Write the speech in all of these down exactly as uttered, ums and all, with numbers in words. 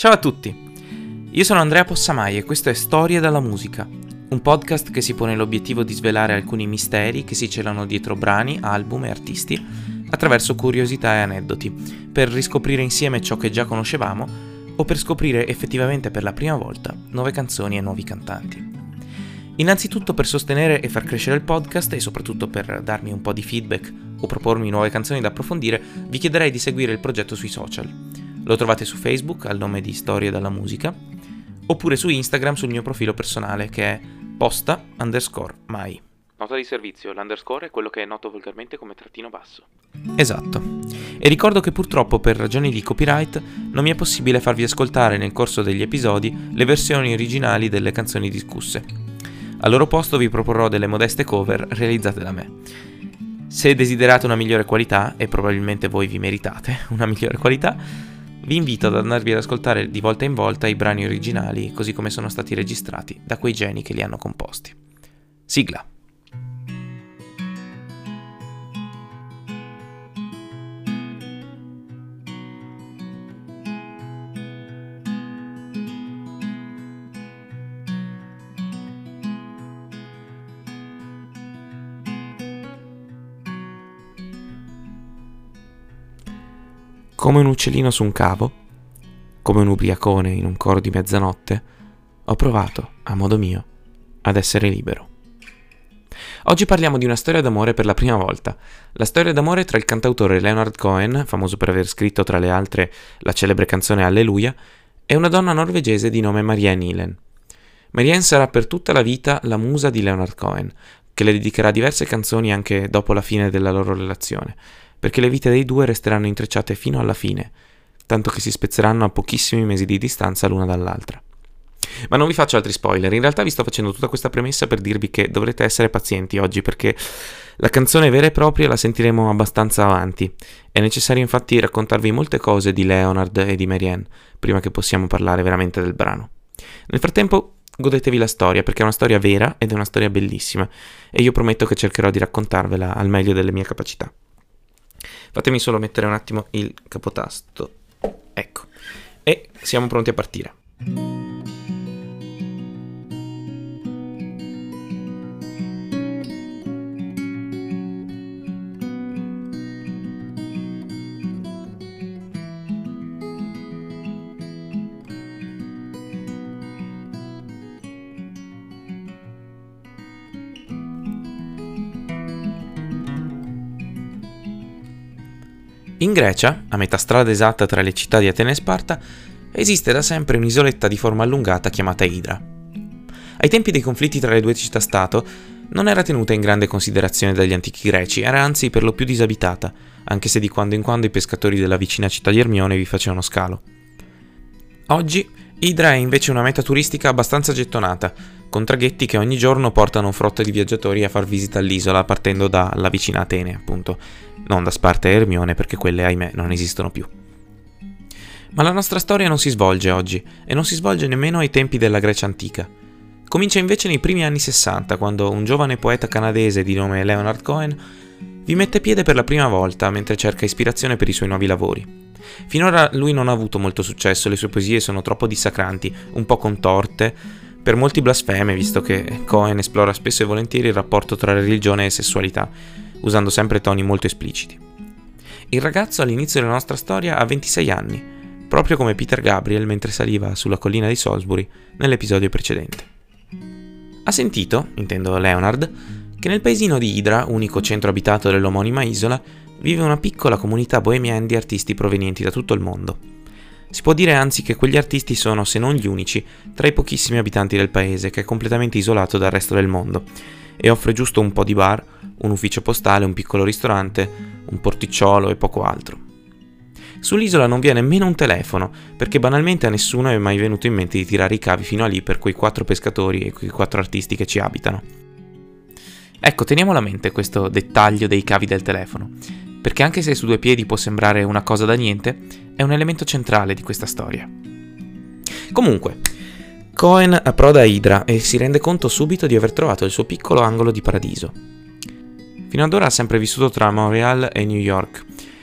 Ciao a tutti, io sono Andrea Possamai e questo è Storie dalla musica, un podcast che si pone l'obiettivo di svelare alcuni misteri che si celano dietro brani, album e artisti attraverso curiosità e aneddoti, per riscoprire insieme ciò che già conoscevamo o per scoprire effettivamente per la prima volta nuove canzoni e nuovi cantanti. Innanzitutto, per sostenere e far crescere il podcast e soprattutto per darmi un po' di feedback o propormi nuove canzoni da approfondire, vi chiederei di seguire il progetto sui social. Lo trovate su Facebook al nome di Storie dalla musica, oppure su Instagram sul mio profilo personale che è posta underscore mai. Nota di servizio, l'underscore è quello che è noto volgarmente come trattino basso. Esatto. E ricordo che purtroppo per ragioni di copyright non mi è possibile farvi ascoltare nel corso degli episodi le versioni originali delle canzoni discusse. Al loro posto vi proporrò delle modeste cover realizzate da me. Se desiderate una migliore qualità, e probabilmente voi vi meritate una migliore qualità, vi invito ad andarvi ad ascoltare di volta in volta i brani originali così come sono stati registrati da quei geni che li hanno composti. Sigla. Come un uccellino su un cavo, come un ubriacone in un coro di mezzanotte, ho provato, a modo mio, ad essere libero. Oggi parliamo di una storia d'amore per la prima volta. La storia d'amore tra il cantautore Leonard Cohen, famoso per aver scritto tra le altre la celebre canzone Alleluia, e una donna norvegese di nome Marianne Ihlen. Marianne sarà per tutta la vita la musa di Leonard Cohen, che le dedicherà diverse canzoni anche dopo la fine della loro relazione, perché le vite dei due resteranno intrecciate fino alla fine, tanto che si spezzeranno a pochissimi mesi di distanza l'una dall'altra. Ma non vi faccio altri spoiler, in realtà vi sto facendo tutta questa premessa per dirvi che dovrete essere pazienti oggi, perché la canzone vera e propria la sentiremo abbastanza avanti. È necessario infatti raccontarvi molte cose di Leonard e di Marianne, prima che possiamo parlare veramente del brano. Nel frattempo, godetevi la storia, perché è una storia vera ed è una storia bellissima, e io prometto che cercherò di raccontarvela al meglio delle mie capacità. Fatemi solo mettere un attimo il capotasto. Ecco. E siamo pronti a partire. In Grecia, a metà strada esatta tra le città di Atene e Sparta, esiste da sempre un'isoletta di forma allungata chiamata Idra. Ai tempi dei conflitti tra le due città-stato non era tenuta in grande considerazione dagli antichi greci, era anzi per lo più disabitata, anche se di quando in quando i pescatori della vicina città di Ermione vi facevano scalo. Oggi Idra è invece una meta turistica abbastanza gettonata, con traghetti che ogni giorno portano frotte di viaggiatori a far visita all'isola partendo dalla vicina Atene, appunto, non da Sparta e Ermione, perché quelle, ahimè, non esistono più. Ma la nostra storia non si svolge oggi, e non si svolge nemmeno ai tempi della Grecia antica. Comincia invece nei primi anni sessanta, quando un giovane poeta canadese di nome Leonard Cohen vi mette piede per la prima volta mentre cerca ispirazione per i suoi nuovi lavori. Finora lui non ha avuto molto successo, le sue poesie sono troppo dissacranti, un po' contorte, per molti blasfeme, visto che Cohen esplora spesso e volentieri il rapporto tra religione e sessualità, usando sempre toni molto espliciti. Il ragazzo all'inizio della nostra storia ha ventisei anni, proprio come Peter Gabriel mentre saliva sulla collina di Salisbury nell'episodio precedente. Ha sentito, intendo Leonard, che nel paesino di Idra, unico centro abitato dell'omonima isola, vive una piccola comunità bohemienne di artisti provenienti da tutto il mondo. Si può dire anzi che quegli artisti sono, se non gli unici, tra i pochissimi abitanti del paese, che è completamente isolato dal resto del mondo e offre giusto un po' di bar, un ufficio postale, un piccolo ristorante, un porticciolo e poco altro. Sull'isola non vi è nemmeno un telefono, perché banalmente a nessuno è mai venuto in mente di tirare i cavi fino a lì per quei quattro pescatori e quei quattro artisti che ci abitano. Ecco, teniamo a mente questo dettaglio dei cavi del telefono, perché anche se su due piedi può sembrare una cosa da niente, è un elemento centrale di questa storia. Comunque, Cohen approda a Idra e si rende conto subito di aver trovato il suo piccolo angolo di paradiso. Fino ad ora ha sempre vissuto tra Montreal e New York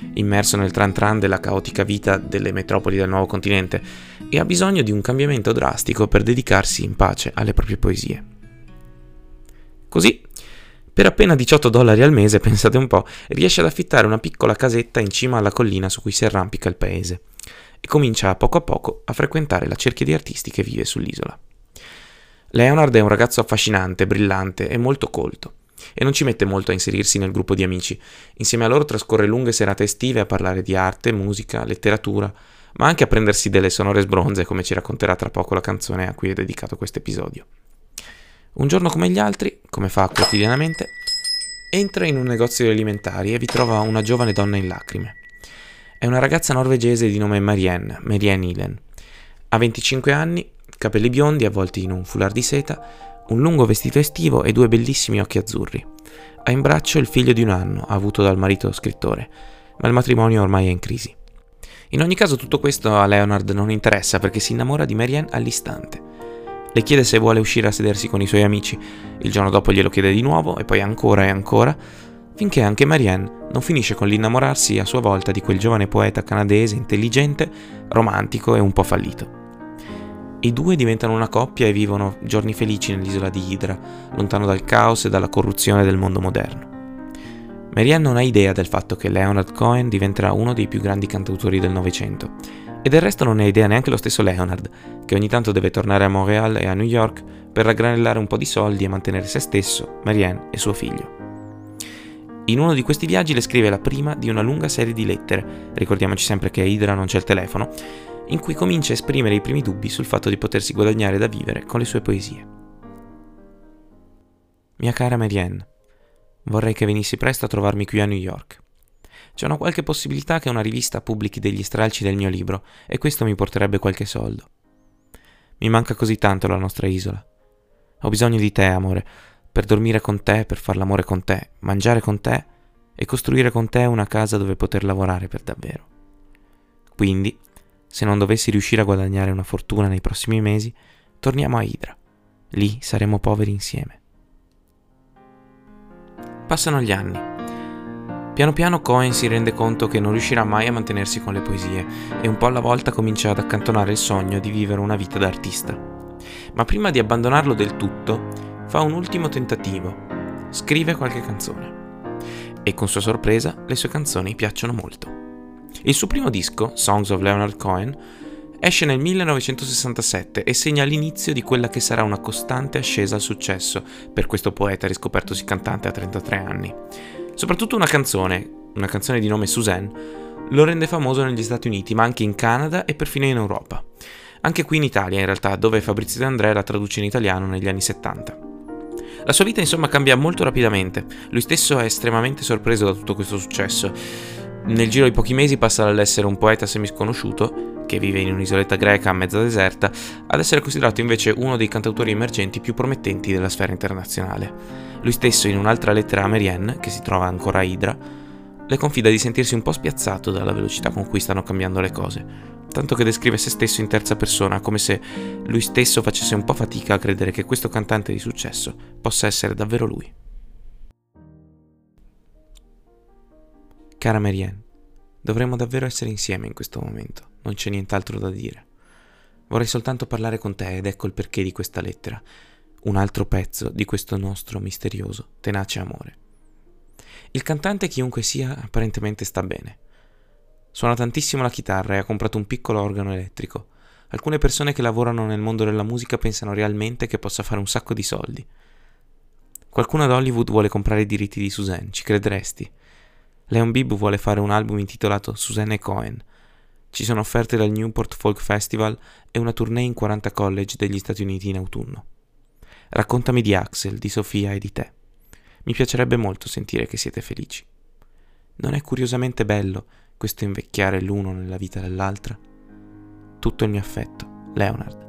immerso nel tran tran della caotica vita delle metropoli del nuovo continente, e ha bisogno di un cambiamento drastico per dedicarsi in pace alle proprie poesie. Così, per appena diciotto dollari al mese, pensate un po', riesce ad affittare una piccola casetta in cima alla collina su cui si arrampica il paese, e comincia a poco a poco a frequentare la cerchia di artisti che vive sull'isola. Leonard è un ragazzo affascinante, brillante e molto colto, e non ci mette molto a inserirsi nel gruppo di amici. Insieme a loro trascorre lunghe serate estive a parlare di arte, musica, letteratura, ma anche a prendersi delle sonore sbronze, come ci racconterà tra poco la canzone a cui è dedicato questo episodio. Un giorno come gli altri, come fa quotidianamente, entra in un negozio di alimentari e vi trova una giovane donna in lacrime. È una ragazza norvegese di nome Marianne, Marianne Ilen. Ha venticinque anni, capelli biondi avvolti in un foulard di seta, un lungo vestito estivo e due bellissimi occhi azzurri. Ha in braccio il figlio di un anno, avuto dal marito scrittore, ma il matrimonio ormai è in crisi. In ogni caso tutto questo a Leonard non interessa perché si innamora di Marianne all'istante. Le chiede se vuole uscire a sedersi con i suoi amici, il giorno dopo glielo chiede di nuovo e poi ancora e ancora, finché anche Marianne non finisce con l'innamorarsi a sua volta di quel giovane poeta canadese intelligente, romantico e un po' fallito. I due diventano una coppia e vivono giorni felici nell'isola di Hydra, lontano dal caos e dalla corruzione del mondo moderno. Marianne non ha idea del fatto che Leonard Cohen diventerà uno dei più grandi cantautori del Novecento, e del resto non ne ha idea neanche lo stesso Leonard, che ogni tanto deve tornare a Montréal e a New York per raggranellare un po' di soldi e mantenere se stesso, Marianne e suo figlio. In uno di questi viaggi le scrive la prima di una lunga serie di lettere, ricordiamoci sempre che a Hydra non c'è il telefono, in cui comincia a esprimere i primi dubbi sul fatto di potersi guadagnare da vivere con le sue poesie. Mia cara Marianne, vorrei che venissi presto a trovarmi qui a New York. C'è una qualche possibilità che una rivista pubblichi degli stralci del mio libro e questo mi porterebbe qualche soldo. Mi manca così tanto la nostra isola. Ho bisogno di te, amore, per dormire con te, per far l'amore con te, mangiare con te e costruire con te una casa dove poter lavorare per davvero. Quindi, se non dovessi riuscire a guadagnare una fortuna nei prossimi mesi, torniamo a Hydra. Lì saremo poveri insieme. Passano gli anni. Piano piano Cohen si rende conto che non riuscirà mai a mantenersi con le poesie e un po' alla volta comincia ad accantonare il sogno di vivere una vita da artista. Ma prima di abbandonarlo del tutto, fa un ultimo tentativo. Scrive qualche canzone. E con sua sorpresa, le sue canzoni piacciono molto. Il suo primo disco, Songs of Leonard Cohen, esce nel millenovecentosessantasette e segna l'inizio di quella che sarà una costante ascesa al successo per questo poeta riscopertosi cantante a trentatré anni. Soprattutto una canzone, una canzone di nome Suzanne, lo rende famoso negli Stati Uniti, ma anche in Canada e perfino in Europa. Anche qui in Italia, in realtà, dove Fabrizio De André la traduce in italiano negli anni settanta. La sua vita, insomma, cambia molto rapidamente. Lui stesso è estremamente sorpreso da tutto questo successo. Nel giro di pochi mesi passa dall'essere un poeta semisconosciuto, che vive in un'isoletta greca a mezza deserta, ad essere considerato invece uno dei cantautori emergenti più promettenti della sfera internazionale. Lui stesso, in un'altra lettera a Marianne, che si trova ancora a Hydra, le confida di sentirsi un po' spiazzato dalla velocità con cui stanno cambiando le cose, tanto che descrive se stesso in terza persona, come se lui stesso facesse un po' fatica a credere che questo cantante di successo possa essere davvero lui. Cara Marianne, dovremmo davvero essere insieme in questo momento, non c'è nient'altro da dire. Vorrei soltanto parlare con te ed ecco il perché di questa lettera, un altro pezzo di questo nostro misterioso, tenace amore. Il cantante, chiunque sia, apparentemente sta bene. Suona tantissimo la chitarra e ha comprato un piccolo organo elettrico. Alcune persone che lavorano nel mondo della musica pensano realmente che possa fare un sacco di soldi. Qualcuno ad Hollywood vuole comprare i diritti di Suzanne, ci crederesti? Leon Bibb vuole fare un album intitolato Suzanne e Cohen. Ci sono offerte dal Newport Folk Festival e una tournée in quaranta college degli Stati Uniti in autunno. Raccontami di Axel, di Sofia e di te. Mi piacerebbe molto sentire che siete felici. Non è curiosamente bello questo invecchiare l'uno nella vita dell'altra? Tutto il mio affetto, Leonard.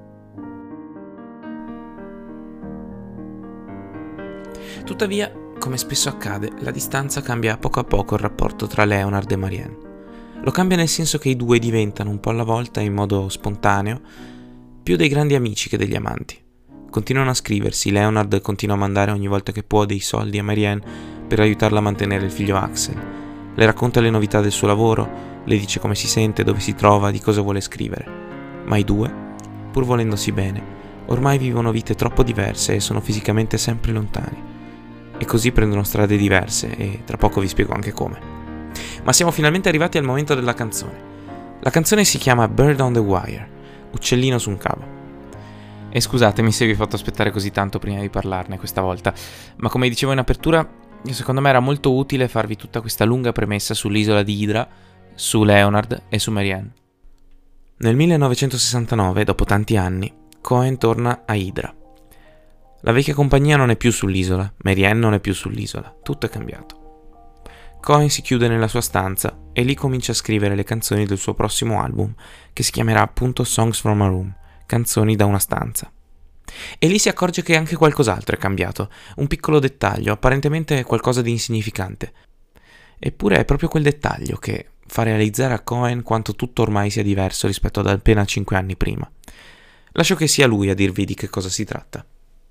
Tuttavia, come spesso accade, la distanza cambia poco a poco il rapporto tra Leonard e Marianne. Lo cambia nel senso che i due diventano un po' alla volta, in modo spontaneo, più dei grandi amici che degli amanti. Continuano a scriversi, Leonard continua a mandare ogni volta che può dei soldi a Marianne per aiutarla a mantenere il figlio Axel. Le racconta le novità del suo lavoro, le dice come si sente, dove si trova, di cosa vuole scrivere. Ma i due, pur volendosi bene, ormai vivono vite troppo diverse e sono fisicamente sempre lontani. E così prendono strade diverse e tra poco vi spiego anche come. Ma siamo finalmente arrivati al momento della canzone. La canzone si chiama Bird on the Wire, uccellino su un cavo. E scusatemi se vi ho fatto aspettare così tanto prima di parlarne questa volta, ma come dicevo in apertura, secondo me era molto utile farvi tutta questa lunga premessa sull'isola di Hydra, su Leonard e su Marianne. Nel millenovecentosessantanove, dopo tanti anni, Cohen torna a Hydra. La vecchia compagnia non è più sull'isola, Marianne non è più sull'isola, tutto è cambiato. Cohen si chiude nella sua stanza e lì comincia a scrivere le canzoni del suo prossimo album, che si chiamerà appunto Songs from a Room, canzoni da una stanza. E lì si accorge che anche qualcos'altro è cambiato, un piccolo dettaglio, apparentemente qualcosa di insignificante. Eppure è proprio quel dettaglio che fa realizzare a Cohen quanto tutto ormai sia diverso rispetto ad appena cinque anni prima. Lascio che sia lui a dirvi di che cosa si tratta.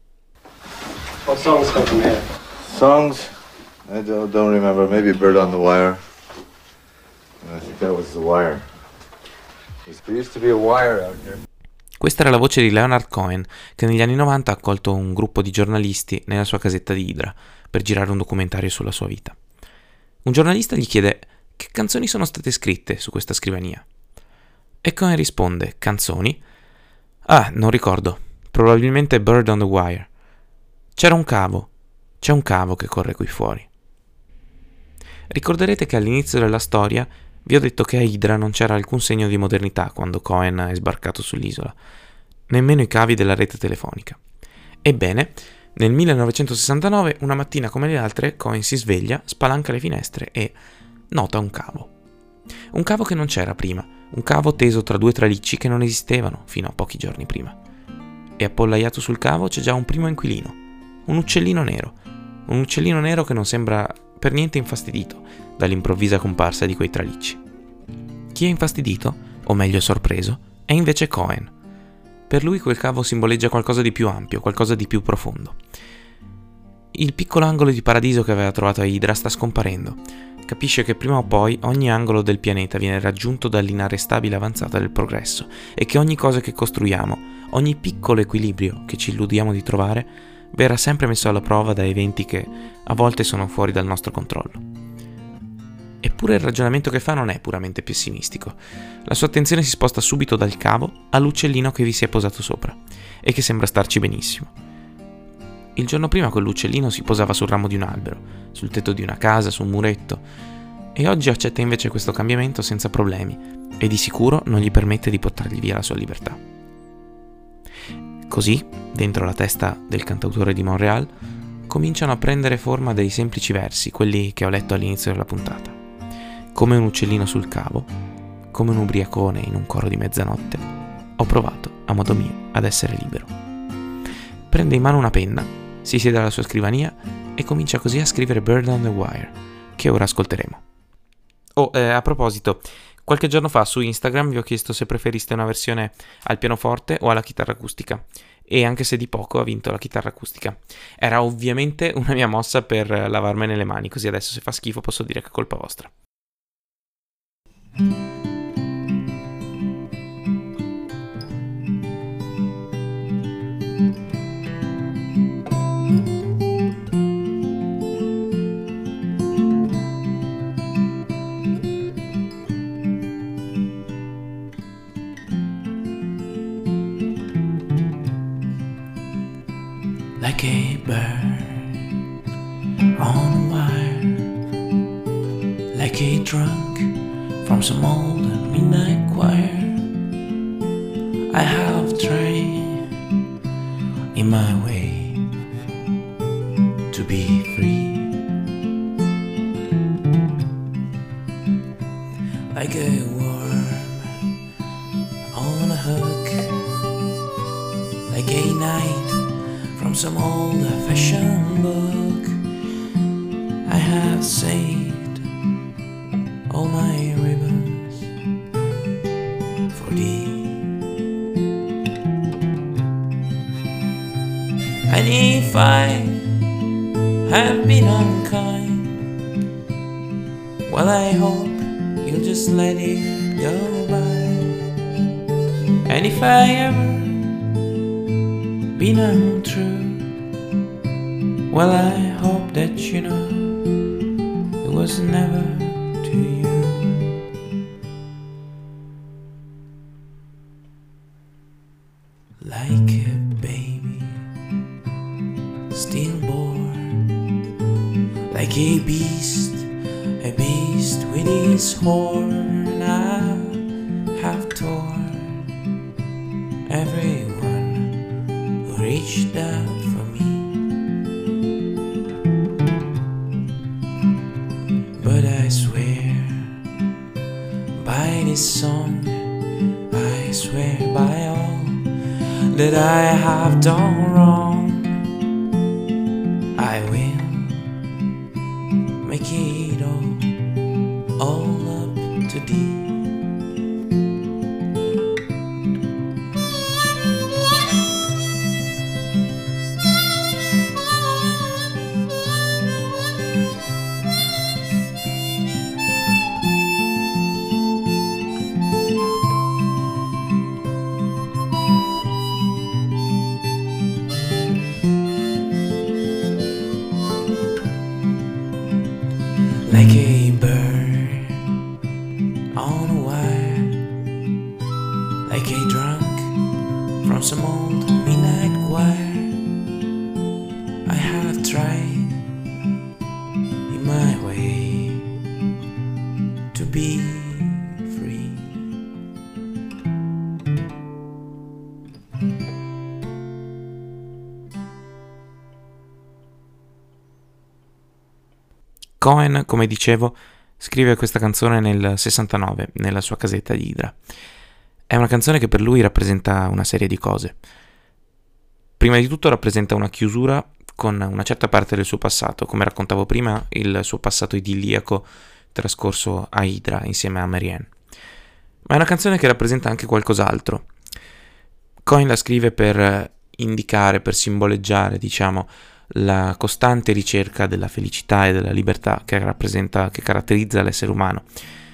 What songs come from here? Songs? I don't, don't remember. Maybe Bird on the Wire. I think that was The Wire. There used to be a wire out here. Questa era la voce di Leonard Cohen, che negli anni novanta ha accolto un gruppo di giornalisti nella sua casetta di Hydra per girare un documentario sulla sua vita. Un giornalista gli chiede che canzoni sono state scritte su questa scrivania. E Cohen risponde: canzoni? Ah, non ricordo. Probabilmente Bird on the Wire. C'era un cavo. C'è un cavo che corre qui fuori. Ricorderete che all'inizio della storia vi ho detto che a Hydra non c'era alcun segno di modernità quando Cohen è sbarcato sull'isola, nemmeno i cavi della rete telefonica. Ebbene, nel millenovecentosessantanove, una mattina come le altre, Cohen si sveglia, spalanca le finestre e nota un cavo. Un cavo che non c'era prima, un cavo teso tra due tralicci che non esistevano fino a pochi giorni prima. E appollaiato sul cavo c'è già un primo inquilino, un uccellino nero, un uccellino nero che non sembra per niente infastidito dall'improvvisa comparsa di quei tralicci. Chi è infastidito, o meglio sorpreso, è invece Cohen. Per lui quel cavo simboleggia qualcosa di più ampio, qualcosa di più profondo. Il piccolo angolo di paradiso che aveva trovato a Hydra sta scomparendo. Capisce che prima o poi ogni angolo del pianeta viene raggiunto dall'inarrestabile avanzata del progresso e che ogni cosa che costruiamo, ogni piccolo equilibrio che ci illudiamo di trovare, verrà sempre messo alla prova da eventi che a volte sono fuori dal nostro controllo. Eppure il ragionamento che fa non è puramente pessimistico. La sua attenzione si sposta subito dal cavo all'uccellino che vi si è posato sopra e che sembra starci benissimo. Il giorno prima quell'uccellino si posava sul ramo di un albero, sul tetto di una casa, su un muretto, e oggi accetta invece questo cambiamento senza problemi e di sicuro non gli permette di portargli via la sua libertà. Così, dentro la testa del cantautore di Montreal, cominciano a prendere forma dei semplici versi, quelli che ho letto all'inizio della puntata. Come un uccellino sul cavo, come un ubriacone in un coro di mezzanotte, ho provato, a modo mio, ad essere libero. Prende in mano una penna, si siede alla sua scrivania e comincia così a scrivere Bird on the Wire, che ora ascolteremo. Oh, eh, a proposito, qualche giorno fa su Instagram vi ho chiesto se preferiste una versione al pianoforte o alla chitarra acustica, e anche se di poco ha vinto la chitarra acustica. Era ovviamente una mia mossa per lavarmene le mani, così adesso se fa schifo posso dire che è colpa vostra. Like a bird on a wire, like a drunk from some old midnight choir. I have tried in my way to be free, like a worm on a hook, like a knight from some old-fashioned book. I have saved all my ribbons for thee. And if I have been unkind, Well, I hope you'll just let it go by. And if I ever been untrue, well, I hope that you know it was never to you. Like a baby stillborn, like a beast, a beast with his horn, I have torn everyone who reached out for me. But I swear by this song, I swear by all that I have done wrong, I will make it all, all up to thee. Like a bird on a wire, like a drunk from some old midnight choir, I have tried in my way to be free. Cohen, come dicevo, scrive questa canzone nel sessantanove, nella sua casetta di Hydra. È una canzone che per lui rappresenta una serie di cose. Prima di tutto rappresenta una chiusura con una certa parte del suo passato, come raccontavo prima, il suo passato idilliaco trascorso a Hydra insieme a Marianne. Ma è una canzone che rappresenta anche qualcos'altro. Cohen la scrive per indicare, per simboleggiare, diciamo, la costante ricerca della felicità e della libertà che rappresenta, che caratterizza l'essere umano.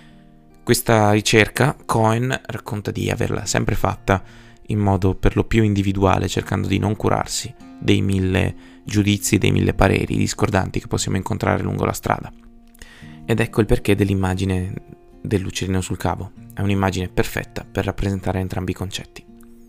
Questa ricerca Cohen racconta di averla sempre fatta in modo per lo più individuale, cercando di non curarsi dei mille giudizi, dei mille pareri discordanti che possiamo incontrare lungo la strada. Ed ecco il perché dell'immagine dell'uccellino sul cavo. È un'immagine perfetta per rappresentare entrambi i concetti.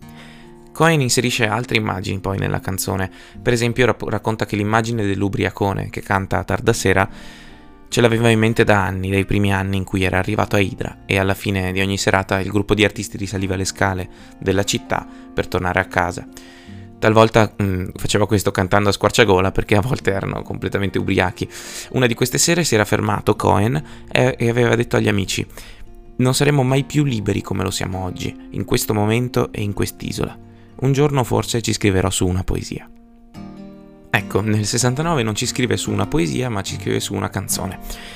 Cohen inserisce altre immagini poi nella canzone. Per esempio rapp- racconta che l'immagine dell'ubriacone che canta a tarda sera ce l'aveva in mente da anni, dai primi anni in cui era arrivato a Hydra, e alla fine di ogni serata il gruppo di artisti risaliva le scale della città per tornare a casa. Talvolta mh, faceva questo cantando a squarciagola, perché a volte erano completamente ubriachi. Una di queste sere si era fermato Cohen e, e aveva detto agli amici: non saremo mai più liberi come lo siamo oggi, in questo momento e in quest'isola. Un giorno forse ci scriverò su una poesia. Ecco, nel sessantanove non ci scrive su una poesia, ma ci scrive su una canzone.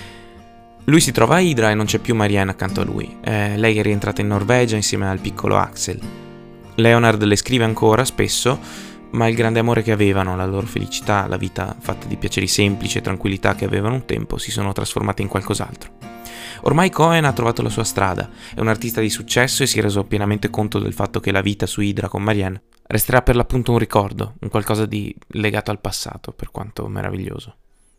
Lui si trova a Hydra e non c'è più Marianne accanto a lui. Eh, lei è rientrata in Norvegia insieme al piccolo Axel. Leonard le scrive ancora spesso, ma il grande amore che avevano, la loro felicità, la vita fatta di piaceri semplici e tranquillità che avevano un tempo, si sono trasformate in qualcos'altro. Ormai Cohen ha trovato la sua strada, è un artista di successo e si è reso pienamente conto del fatto che la vita su Hydra con Marianne resterà per l'appunto un ricordo, un qualcosa di legato al passato, per quanto meraviglioso.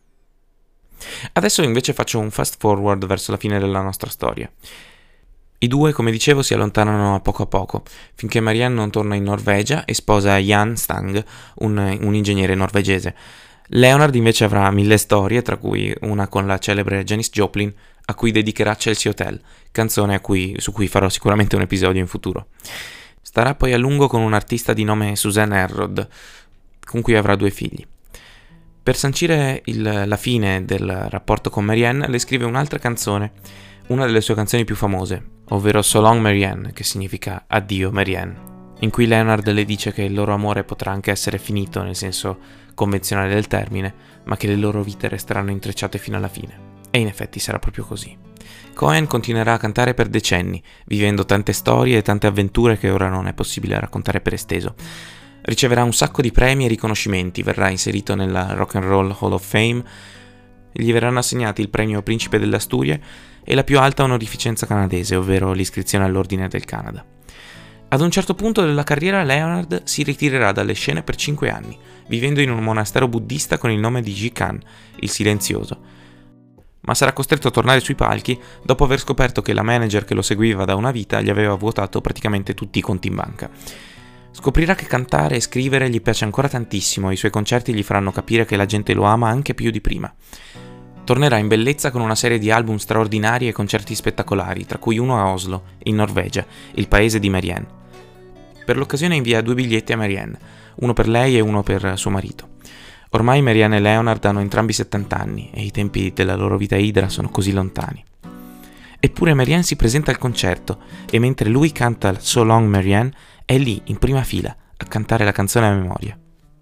Adesso invece faccio un fast forward verso la fine della nostra storia. I due, come dicevo, si allontanano a poco a poco, finché Marianne non torna in Norvegia e sposa Jan Stang, un, un ingegnere norvegese. Leonard invece avrà mille storie, tra cui una con la celebre Janis Joplin, a cui dedicherà Chelsea Hotel, canzone a cui, su cui farò sicuramente un episodio in futuro. Starà poi a lungo con un artista di nome Suzanne Errod, con cui avrà due figli. Per sancire il, la fine del rapporto con Marianne, le scrive un'altra canzone, una delle sue canzoni più famose, ovvero So Long Marianne, che significa Addio Marianne, in cui Leonard le dice che il loro amore potrà anche essere finito nel senso convenzionale del termine, ma che le loro vite resteranno intrecciate fino alla fine. E in effetti sarà proprio così. Cohen continuerà a cantare per decenni, vivendo tante storie e tante avventure che ora non è possibile raccontare per esteso. Riceverà un sacco di premi e riconoscimenti, verrà inserito nella Rock and Roll Hall of Fame, gli verranno assegnati il premio Principe dell'Asturia e la più alta onorificenza canadese, ovvero l'iscrizione all'Ordine del Canada. Ad un certo punto della carriera Leonard si ritirerà dalle scene per cinque anni, vivendo in un monastero buddista con il nome di Ji Kan, il Silenzioso, ma sarà costretto a tornare sui palchi dopo aver scoperto che la manager che lo seguiva da una vita gli aveva vuotato praticamente tutti i conti in banca. Scoprirà che cantare e scrivere gli piace ancora tantissimo e i suoi concerti gli faranno capire che la gente lo ama anche più di prima. Tornerà in bellezza con una serie di album straordinari e concerti spettacolari, tra cui uno a Oslo, in Norvegia, il paese di Marianne. Per l'occasione invia due biglietti a Marianne, uno per lei e uno per suo marito. Ormai Marianne e Leonard hanno entrambi settanta anni e i tempi della loro vita idra sono così lontani. Eppure Marianne si presenta al concerto e mentre lui canta So Long Marianne è lì, in prima fila, a cantare la canzone a memoria.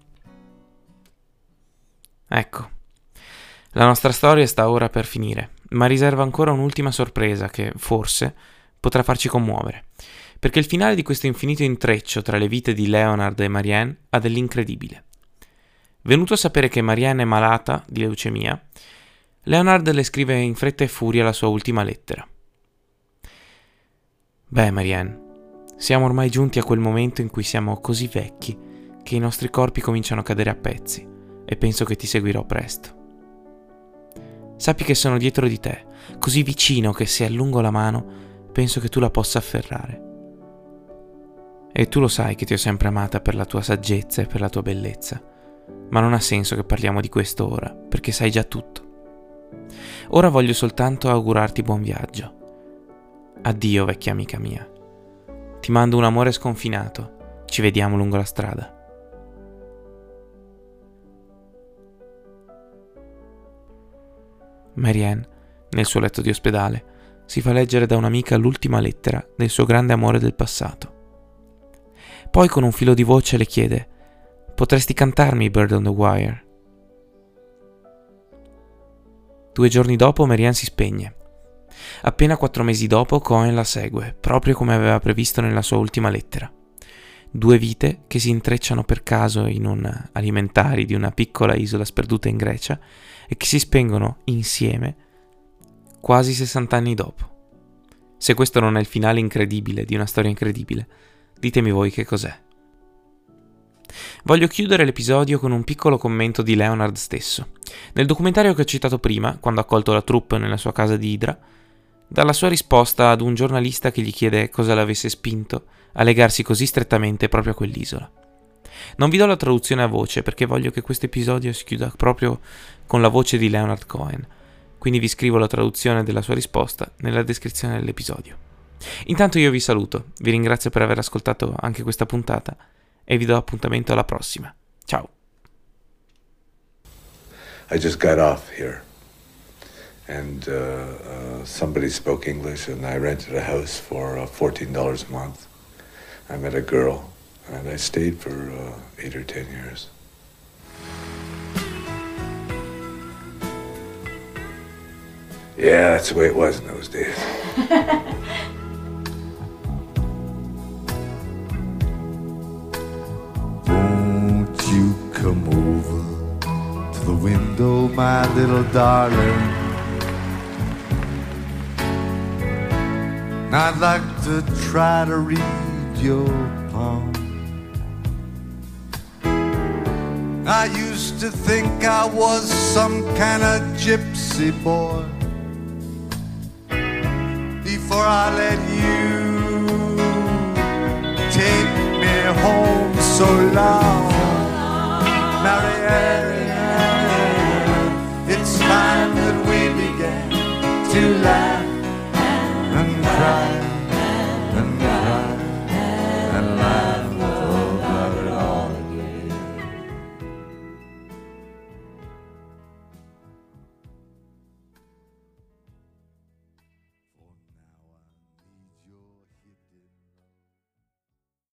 Ecco. La nostra storia sta ora per finire, ma riserva ancora un'ultima sorpresa che, forse, potrà farci commuovere, perché il finale di questo infinito intreccio tra le vite di Leonard e Marianne ha dell'incredibile. Venuto a sapere che Marianne è malata di leucemia, Leonard le scrive in fretta e furia la sua ultima lettera. Beh, Marianne, siamo ormai giunti a quel momento in cui siamo così vecchi che i nostri corpi cominciano a cadere a pezzi e penso che ti seguirò presto. Sappi che sono dietro di te, così vicino che se allungo la mano penso che tu la possa afferrare. E tu lo sai che ti ho sempre amata per la tua saggezza e per la tua bellezza, ma non ha senso che parliamo di questo ora, perché sai già tutto. Ora voglio soltanto augurarti buon viaggio. Addio, vecchia amica mia. Ti mando un amore sconfinato, ci vediamo lungo la strada. Marianne, nel suo letto di ospedale, si fa leggere da un'amica l'ultima lettera del suo grande amore del passato. Poi con un filo di voce le chiede: «Potresti cantarmi Bird on the Wire?» Due giorni dopo Marianne si spegne. Appena quattro mesi dopo Cohen la segue, proprio come aveva previsto nella sua ultima lettera. Due vite che si intrecciano per caso in un alimentari di una piccola isola sperduta in Grecia e che si spengono insieme quasi sessanta anni dopo. Se questo non è il finale incredibile di una storia incredibile, ditemi voi che cos'è. Voglio chiudere l'episodio con un piccolo commento di Leonard stesso. Nel documentario che ho citato prima, quando ha accolto la troupe nella sua casa di Idra, dà la sua risposta ad un giornalista che gli chiede cosa l'avesse spinto a legarsi così strettamente proprio a quell'isola. Non vi do la traduzione a voce perché voglio che questo episodio si chiuda proprio con la voce di Leonard Cohen, quindi vi scrivo la traduzione della sua risposta nella descrizione dell'episodio. Intanto io vi saluto, vi ringrazio per aver ascoltato anche questa puntata e vi do appuntamento alla prossima. Ciao! I just got off here, and uh, uh, somebody spoke English, and I rented a house for uh, fourteen dollars a month. I met a girl, and I stayed for uh, eight or ten years. Yeah, that's the way it was in those days. Won't you come over to the window, my little darling? I'd like to try to read your palm. I used to think I was some kind of gypsy boy before I let you take me home so long, Marianne.